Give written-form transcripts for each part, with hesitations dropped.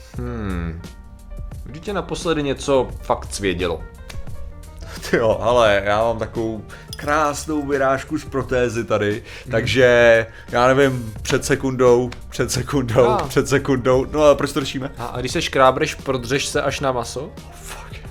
Kdy tě naposledy něco fakt svědělo? Jo, ale já mám takovou krásnou vyrážku z protézy tady, takže já nevím, před sekundou, no ale proč to řešíme? A když se škrábreš, prodřeš se až na maso? Fuck.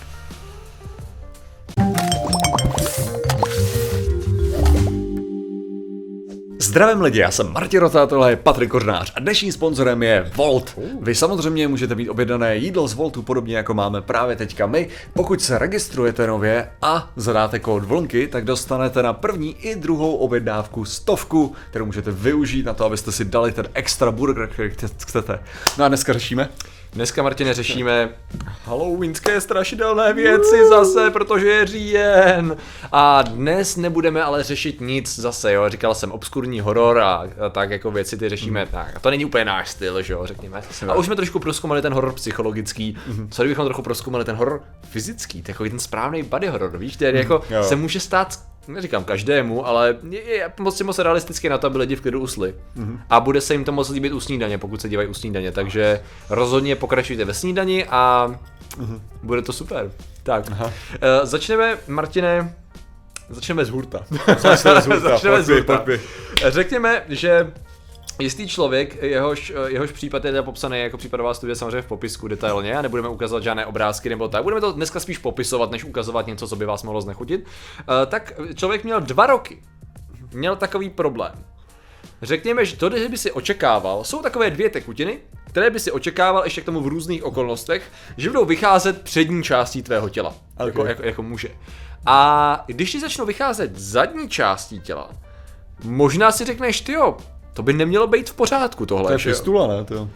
Zdravím lidi, já jsem Martin Rota, tohle je Patrik Kořnář a dnešním sponzorem je Volt. Vy samozřejmě můžete mít objednané jídlo z Voltu podobně jako máme právě teďka my. Pokud se registrujete nově a zadáte kód VLNky, tak dostanete na první i druhou objednávku 100, kterou můžete využít na to, abyste si dali ten extra burger, který chcete. No a dneska řešíme. Dneska, Martine, řešíme halloweenské strašidelné věci zase, protože je říjen. A dnes nebudeme ale řešit nic zase, jo. Říkal jsem obskurní horor a tak jako věci ty řešíme. Tak, a to není úplně náš styl, že jo, řekněme. A už jsme trošku prozkoumali ten horor psychologický. Co kdybychom trochu prozkoumali ten horor fyzický, takový ten správný body horor, víš, který jako se může stát, neříkám každému, ale je moc realisticky na to, aby lidi v klidu usli. A bude se jim to moc líbit u snídaně, pokud se dívají u snídaně, takže rozhodně pokračujte ve snídani a bude to super. Tak, začneme, Martine, začneme z hurta. Začneme z hurta. Řekněme, že jistý člověk, jehož případ je popsaný jako případová studie samozřejmě v popisku detailně a nebudeme ukazovat žádné obrázky nebo tak, budeme to dneska spíš popisovat, než ukazovat něco, co by vás mohlo znechutit, tak člověk měl 2 roky, měl takový problém. Řekněme, že to, by si očekával, jsou takové 2 tekutiny, které by si očekával ještě k tomu v různých okolnostech, že budou vycházet přední částí tvého těla, jako muže. A když ti začnou vycházet zadní částí těla, možná si řekneš, tyjo, to by nemělo být v pořádku tohle. To je fistula, ne? To.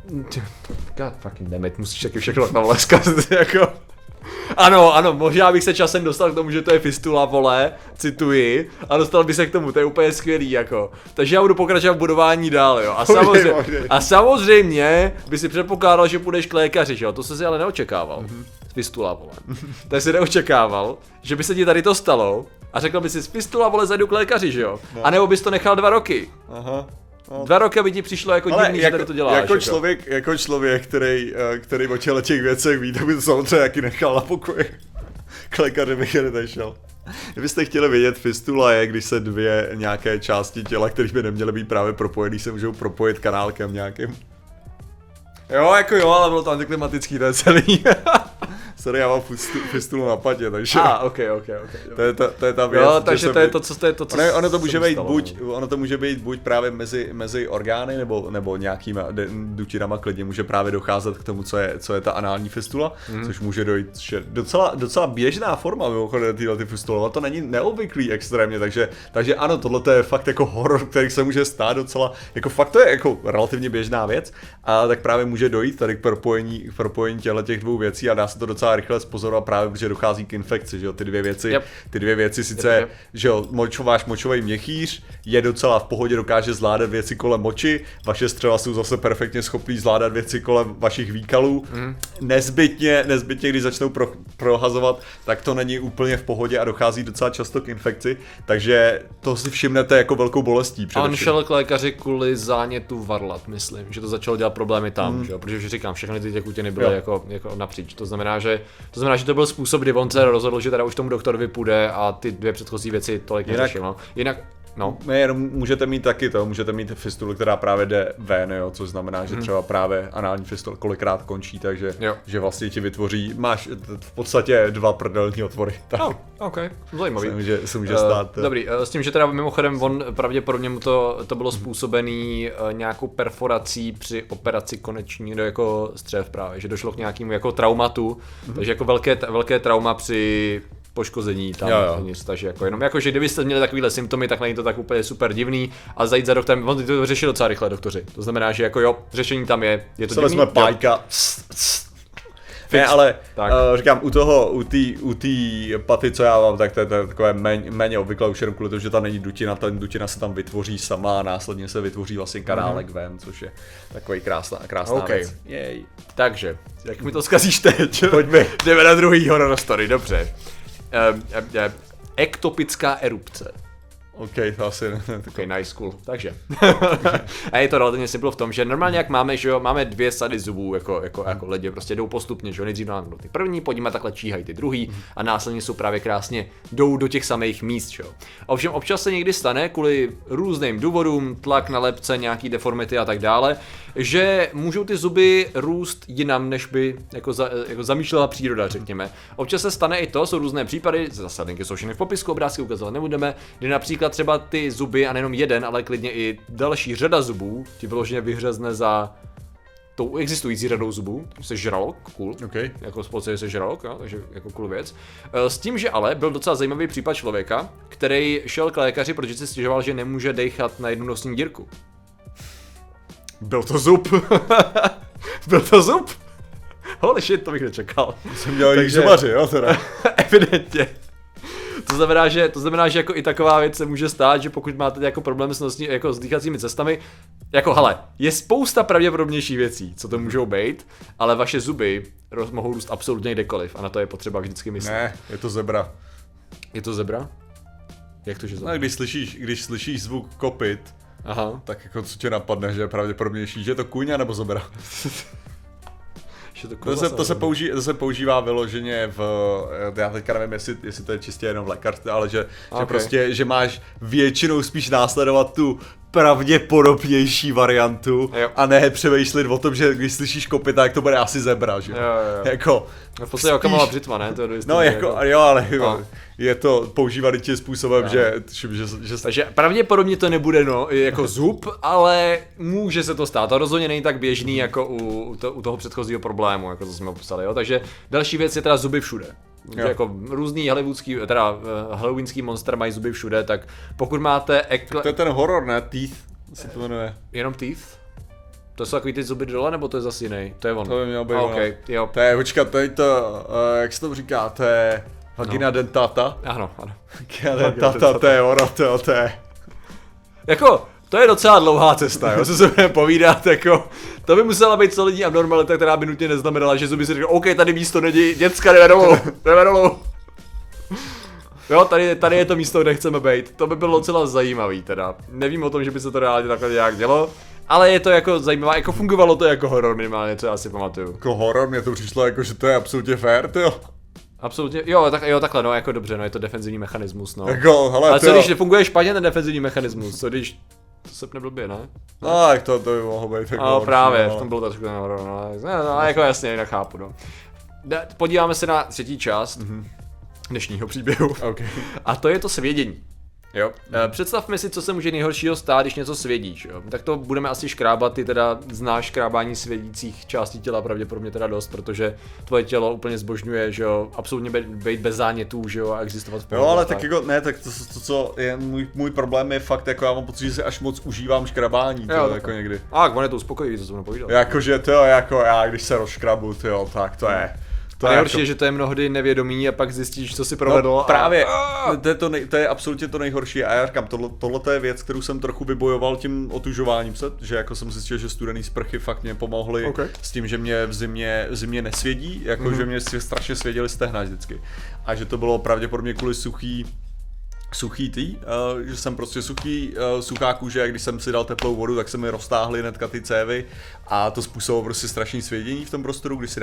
God fucking damn it, musíš taky všechno na vole zkazit, jako. Ano, možná bych se časem dostal k tomu, že to je fistula, vole, cituji, a dostal bych se k tomu, to je úplně skvělý, jako. Takže já budu pokračovat v budování dál, jo. A samozřejmě by si předpokládal, že půjdeš k lékaři, jo, to se ale neočekával. Fistula, vole. Tak si neočekával, že by se ti tady to stalo a řekl by si, fistula, vole, zajdu k lékaři, že jo. A nebo bys to nechal 2 roky. Aha. 2 roky by ti přišlo jako divný, že tady to děláš. Jako člověk, který o těch věcech ví, tak by to samozřejmě taky nechal na pokoji. K lékaři bych je nešel. Kdybyste chtěli vědět, fistula je, když se 2 nějaké části těla, které by neměly být právě propojený, se můžou propojit kanálkem nějakým. Jo, ale bylo to antiklimatický, to je celý. Sorry, já mám fistulu na patě, takže... Ok. To je ta věc. Jo, takže to je to, co ono to může být buď právě mezi orgány, nebo nějakýma dutinama klidně může právě docházet k tomu, co je ta anální fistula, což může dojít, že docela běžná forma mimochodem ty fistule, ale to není neobvyklý extrémně, takže ano, tohle je fakt jako horor, který se může stát docela, jako fakt to je jako relativně běžná věc, a tak právě může dojít tady k propojení těch 2 věcí a dá se to docela rychle zpozorovat právě, protože dochází k infekci, že jo, ty dvě věci sice, že jo, váš močový měchýř je docela v pohodě, dokáže zvládat věci kolem moči, vaše střeva jsou zase perfektně schopný zvládat věci kolem vašich výkalů, nezbytně, když začnou prohazovat, tak to není úplně v pohodě a dochází docela často k infekci, takže to si všimnete jako velkou bolestí. A on šel k lékaři kvůli zánětu varlat, myslím, že to začalo dělat problémy tam, že jo, protože říkám, všechny ty tekutiny byly jako napříč, to znamená, že to byl způsob, kdy on se rozhodl, že teda už tomu doktorovi půjde a ty 2 předchozí věci tolik neřešil, no. Jinak, no. Jenom můžete mít taky můžete mít fistulu, která právě jde ven, jo, což znamená, že třeba právě anální fistula kolikrát končí, takže že vlastně ti vytvoří, máš v podstatě 2 prdelní otvory. Ok, zajímavý. Se může stát. Dobrý, s tím, že teda mimochodem on pravděpodobně mu to bylo způsobený nějakou perforací při operaci koneční do jako střev právě, že došlo k nějakému jako traumatu, takže jako velké trauma při poškození tam, takže jako jenom jako, že kdybyste měli takovýhle symptomy, tak není to tak úplně super divný a zajít za doktorem, on to řeší docela rychle doktoři, to znamená, že jako řešení tam je to divný. Jsme pájka. Ne, ale říkám, u té paty, co já mám, tak to je takové méně obvyklé už jenom kvůli tomu, že tam není dutina, ta dutina se tam vytvoří sama a následně se vytvoří vlastně kanálek ven, což je takový krásná věc. Jej. Takže, jak mi to zkazíš teď? Pojďme. Jdeme na druhý horror story, dobře. Ektopická erupce. OK, to asi ne. Okay, nice, cool. Takže. A je to relativně simple v tom, že normálně jak máme, že jo, máme 2 sady zubů jako lidi, prostě jdou postupně, že jo, nejdřív nám jdou ty první, pojďme takhle číhají ty druhý a následně jsou právě krásně jdou do těch samých míst, že jo. Ovšem občas se někdy stane kvůli různým důvodům, tlak na lepce, nějaký deformity a tak dále, že můžou ty zuby růst jinam, než by jako zamýšlela příroda, řekněme. Občas se stane i to, jsou různé případy, zase linky jsou všechny v popisku, obrázky ukazovat nebudeme, kdy například třeba ty zuby, a nejenom jeden, ale klidně i další řada zubů, ti vyloženě vyhřezne za tou existující řadou zubů, jsi žralok, cool, okay. Jako společně jsi žralok, jo? Takže jako cool věc. S tím, že ale byl docela zajímavý případ člověka, který šel k lékaři, protože si stěžoval, že nemůže dejchat na jednu nosní dírku. Byl to zub. Byl to zub. Holy shit, to bych nečekal. Jsem dělal i zubaři, jo, teda. Evidentně. To znamená, že jako i taková věc se může stát, že pokud máte jako problém s dýchacími cestami, jako hele, je spousta pravděpodobnějších věcí, co to můžou být, ale vaše zuby mohou růst absolutně kdekoliv a na to je potřeba vždycky myslet. Ne, je to zebra. Je to zebra? Jak to, že zebra? No, když slyšíš zvuk kopyt, aha, tak jako co tě napadne, že je pravděpodobnější, že je to kůň nebo zebra? To se používá vyloženě já teďka nevím, jestli to je čistě jenom v lékařství, ale že prostě, že máš většinou spíš následovat tu pravděpodobnější variantu, jo. A ne přemýšlet o tom, že když slyšíš kopyta, tak to bude asi zebra, že? Jo. Jako, v podstatě okamová břitva, ne? To je no jako, jo, ale je to používaný tím způsobem, že takže pravděpodobně to nebude jako zub, ale může se to stát. To rozhodně není tak běžný jako u toho předchozího problému, jako to jsme popsali, jo. Takže další věc je teda zuby všude. Jako různý halloweenský monster mají zuby všude, tak pokud máte To je ten horor, ne? Teeth se to jmenuje. Jenom Teeth? To jsou takový ty zuby dole, nebo to je zase jiný? To je on. To by mělo být okay, jo. To je, počkat, to je to, jak se to říká, to je vagina dentata? Ano. Vagina dentata, to je ono, to je. Jako, to je docela dlouhá cesta, jo, co se budeme povídat, jako, to by musela být solidní abnormalita, která by nutně neznamenala, že zuby si řekl, OK, tady místo není, děcka, jdeme dolů. Jo, tady je to místo, kde chceme být, to by bylo docela zajímavý teda, nevím o tom, že by se to reálně takhle nějak dělo, ale je to jako zajímavé, jako fungovalo to jako horor minimálně, co já si pamatuju. Jako horor, mě to přišlo jako, že to je absolutně fair, jo. Absolutně, takhle, no, jako dobře, no, je to defenzivní mechanismus, no. Jako, hele, ale co když nefunguje špatně ten defenzivní mechanismus, co když to sepne blbě, ne? No, tak to by mohlo být tak. No, právě, v tom bylo trošku ten horor, no, jako jasně, jinak chápu, no. Podíváme se na třetí část dnešního příběhu. Okay. A to je to svědění. Jo. Představme si, co se může nejhoršího stát, když něco svědíš, jo. Tak to budeme asi škrábat, ty teda znáš škrábání svědících částí těla pravděpodobně teda dost, protože tvoje tělo úplně zbožňuje, že jo, absolutně být bez zánětů, že jo, a existovat v pohodě. Jo, ale tak jako, ne, tak to co je můj problém je fakt, jako já mám pocit, že si až moc užívám škrabání, to jako někdy. On je to uspokojivý, co jsem napovídal. Jakože to jako já, když se rozškrabu, jo, tak to je. To nejhorší je, že to je mnohdy nevědomí a pak zjistíš, co si provedl. No, právě, to je absolutně to nejhorší a já říkám, tohle je věc, kterou jsem trochu vybojoval tím otužováním se, že jako jsem zjistil, že studený sprchy fakt mě pomohly s tím, že mě v zimě nesvědí, jako že mě strašně svěděly stehna vždycky a že to bylo pravděpodobně kvůli suchý že jsem prostě suchá kůže a když jsem si dal teplou vodu, tak se mi roztáhly hnedka ty cévy a to způsobilo prostě strašný svědění v tom prostoru, když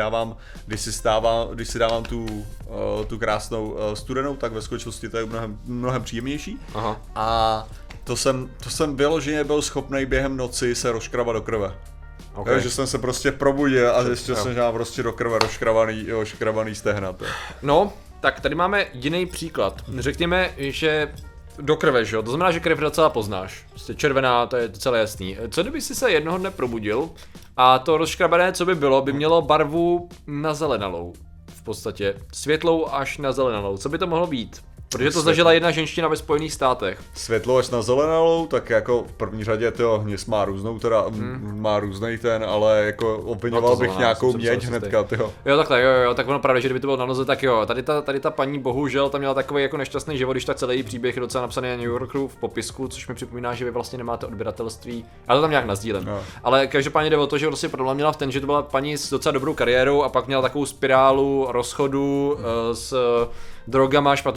si dávám tu krásnou studenou, tak ve skutečnosti to je mnohem příjemnější. Aha. A to jsem vyloženě byl schopný během noci se rozškrabat do krve. Okay. Takže jsem se prostě probudil a zjistil jsem, že mám prostě do krve rozškrabaný stehna. No, tak tady máme jiný příklad. Řekněme, že do krve, že jo? To znamená, že krev docela poznáš. Prostě červená, to je docela jasný. Co kdyby si se jednoho dne probudil a to rozškrabané, co by bylo, by mělo barvu nazelenalou. V podstatě světlou až nazelenalou. Co by to mohlo být? Protože to zažila jedna ženština ve Spojených státech. Světlo až na zelenalou, tak jako v první řadě hněz má různou, teda má různej ten, ale jako obvinoval bych nějakou měď hnedka, tyjo. Jo takhle, jo, tak ono právě, že kdyby to bylo na noze, tak jo. Tady ta paní bohužel tam měla takový jako nešťastný život, když tak celý příběh je docela napsaný na New Yorkeru v popisku, což mi připomíná, že vy vlastně nemáte odběratelství. Já to tam nějak nazdílem. No. Ale každopádně jde o to, že vlastně problém měla v ten, že to byla paní s docela dobrou kariérou a pak měla takovou spirálu rozchodu s drogama, špatnou ekonomickou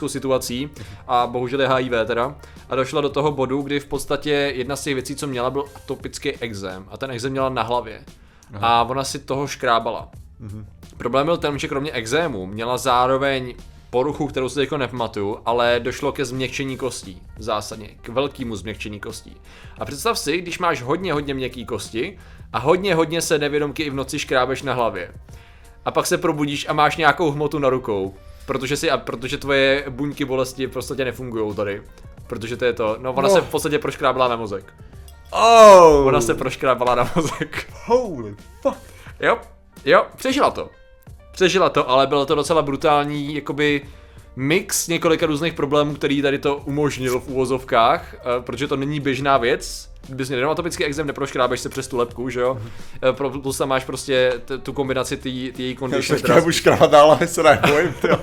pandemickou situací a bohužel je HIV teda. A došla do toho bodu, kdy v podstatě jedna z těch věcí, co měla, byl atopický ekzém. A ten ekzém měla na hlavě. A ona si toho škrábala. Problém byl ten, že kromě ekzému měla zároveň poruchu, kterou si teďko nepamatuju, ale došlo ke změkčení kostí, zásadně, k velkému změkčení kostí. A představ si, když máš hodně měkký kosti a hodně se nevědomky i v noci škrábeš na hlavě. A pak se probudíš a máš nějakou hmotu na rukou, protože tvoje buňky bolesti v podstatě nefungujou tady. Protože to je to, no ona se v podstatě proškrábala na mozek. Ona se proškrábala na mozek. Holy fuck. Jo, přežila to, ale bylo to docela brutální, jakoby mix několika různých problémů, který tady to umožnil v úvozovkách, protože to není běžná věc. Kdybys měl atopický ekzém, neproškrábeš se přes tu lebku, že jo? Plus tam máš prostě tu kombinaci té její condition. Já se škrábat dál, ale se nebojím, jo.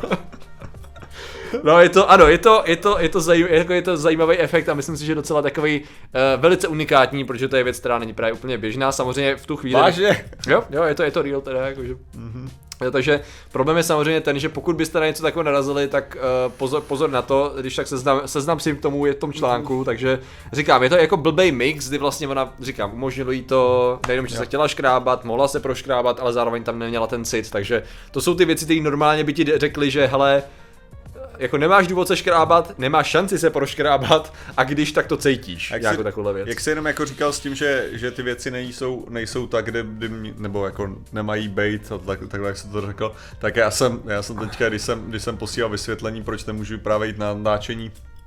No je to zajímavý efekt a myslím si, že docela takový velice unikátní, protože to je věc, která není právě úplně běžná, samozřejmě v tu chvíli. Vážně? Jo, je to real teda, jakože. Takže problém je samozřejmě ten, že pokud byste na něco takového narazili, tak pozor na to, když tak seznam symptomů je v tom článku, takže říkám, je to jako blbej mix, kdy vlastně ona, říkám, umožnilo jí to, nejenom, že se chtěla škrábat, mohla se proškrábat, ale zároveň tam neměla ten cit, takže to jsou ty věci, které normálně by ti řekli, že hele, jako nemáš důvod se škrábat, nemáš šanci se proškrábat a když tak to cítíš, jako takovou věc. Jak jsi jenom jako říkal s tím, že ty věci nejsou tak, nebo jako nemají být, takhle jak jsi to řekl, tak já jsem teďka, když jsem posílal vysvětlení, proč nemůžu právě jít na natáčení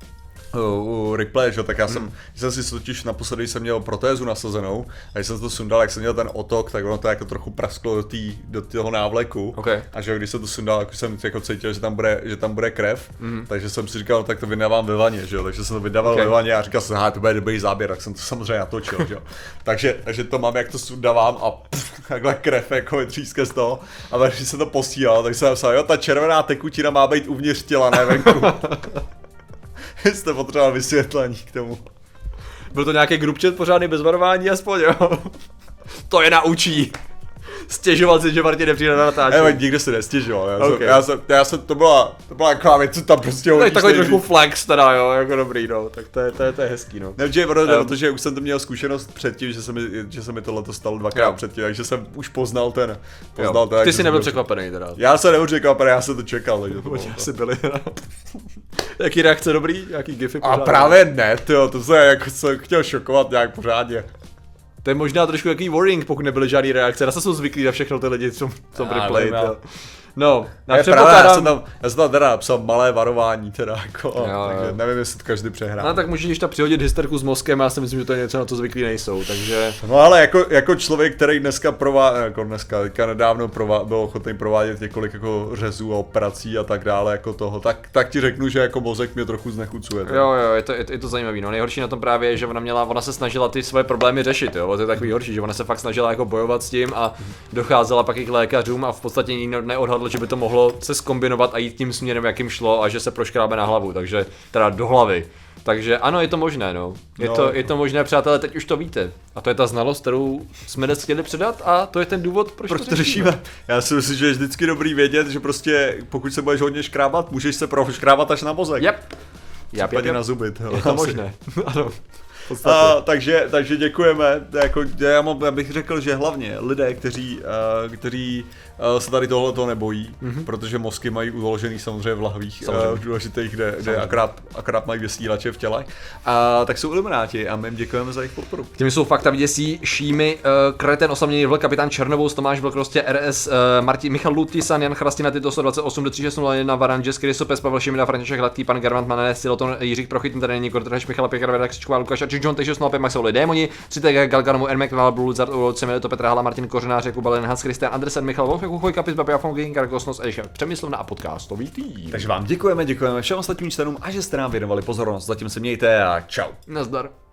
u Ripley, že? Tak já jsem si totiž naposledy jsem měl protézu nasazenou a když jsem to sundal, jak jsem měl ten otok, tak ono to jako trochu prasklo do toho návleku. Okay. A že když jsem to sundal, jako jsem jako cítil, že tam bude krev, takže jsem si říkal, no, tak to vydávám ve vaně, že jo? Takže jsem to vydával ve vaně a říkal jsem, to bude dobrý záběr, tak jsem to samozřejmě natočil, že jo? takže to mám, jak to sundávám a takhle krev jako tříske z toho a když jsem to posílal, tak jsem napsal, jo, ta červená tekutina má být uvnitř těla, ne venku. Jste potřeboval vysvětlení k tomu. Byl to nějaký group chat pořádný bez varování aspoň, jo? To je naučí. Stěžoval si, že Martin nepřijde na natáčení. Nikdo se nestěžoval. To byla taková věc, co tam prostě hodíš. To je takový trošku flex teda, jo, jako dobrý, no. Tak to je hezký, no. Nevím, protože už jsem to měl zkušenost předtím, že se mi tohleto stalo dvakrát předtím, takže jsem už poznal ten. Ty jsi nebyl překvapený teda. Já jsem nebyl překvapený, já jsem to čekal. Takže to asi byli. Jaký reakce dobrý? Jaký gify pořádně? A právě ne, to jsem jako chtěl šokovat nějak pořádně. To je možná trošku jaký worrying, pokud nebyly žádný reakce. Já jsou zvyklí na všechno ty lidi, co replay. No, já jsem tam teda napsal malé varování teda, jako, takže nevím, jestli to každý přehrál. No tak můžeš tam přihodit hysterku s mozkem, já si myslím, že to je něco, na co zvyklí nejsou, takže... No ale jako člověk, který teďka nedávno byl ochotný provádět několik jako řezů a operací a tak dále, jako toho, tak ti řeknu, že jako mozek mě trochu znechucuje. Jo, je to zajímavý, no nejhorší na tom právě je, že ona se snažila ty svoje problémy řešit, jo, to je takový horší, že ona se fakt snažila jako bojovat s tím a docházela pak i k lékařům a v podstatě nikdo neodhadl, že by to mohlo se zkombinovat a jít tím směrem, jakým šlo a že se proškrábe na hlavu, takže teda do hlavy. Takže ano, je to možné, no. Je to možné, přátelé, teď už to víte. A to je ta znalost, kterou jsme dnes chtěli předat a to je ten důvod, proč to řešíme. Já si myslím, že je vždycky dobrý vědět, že prostě pokud se budeš hodně škrábat, můžeš se proškrábat až na mozek. Případně na zuby. Je to možné, ano. Takže děkujeme, jako, já bych řekl, že hlavně lidé, kteří se tady tohleto nebojí, protože mozky mají uložený samozřejmě v lahvích důležitých, kde akorát mají vysílače v těle, tak jsou ilumináti a my jim děkujeme za jejich podporu. Těmi jsou fakta Vítězí, Šímy, Kreten, Osaměný vlk, Kapitán Černovou, Tomáš Vlkrostě, RS, Martin, Michal Lutisan, Jan Chrastina, Tito 128, 3601, Varanžes, Krysopes, Pavel Šimida, František Hladký, pan Garvant, Mané, Siloton, Jiřík Prochytn, tady není Kortrheš, Michala Pěkar, Vedak, Křičková, Lukáš, John, takže 05, Maxouli, Démoni, 3 Galganomu, Ermek, Blue Lizard, Ulocemi, to Petra Hala, Martin Kořenář, Jakub Balen, Hans Christian, Andresen, Michal Wolf, Kuchoj, Kapis, Babia, Fonky, Karkosnos, Eliša, Přemyslovna a podcastový tým. Takže vám děkujeme všem ostatním členům a že jste nám věnovali pozornost. Zatím se mějte a čau. Nazdar.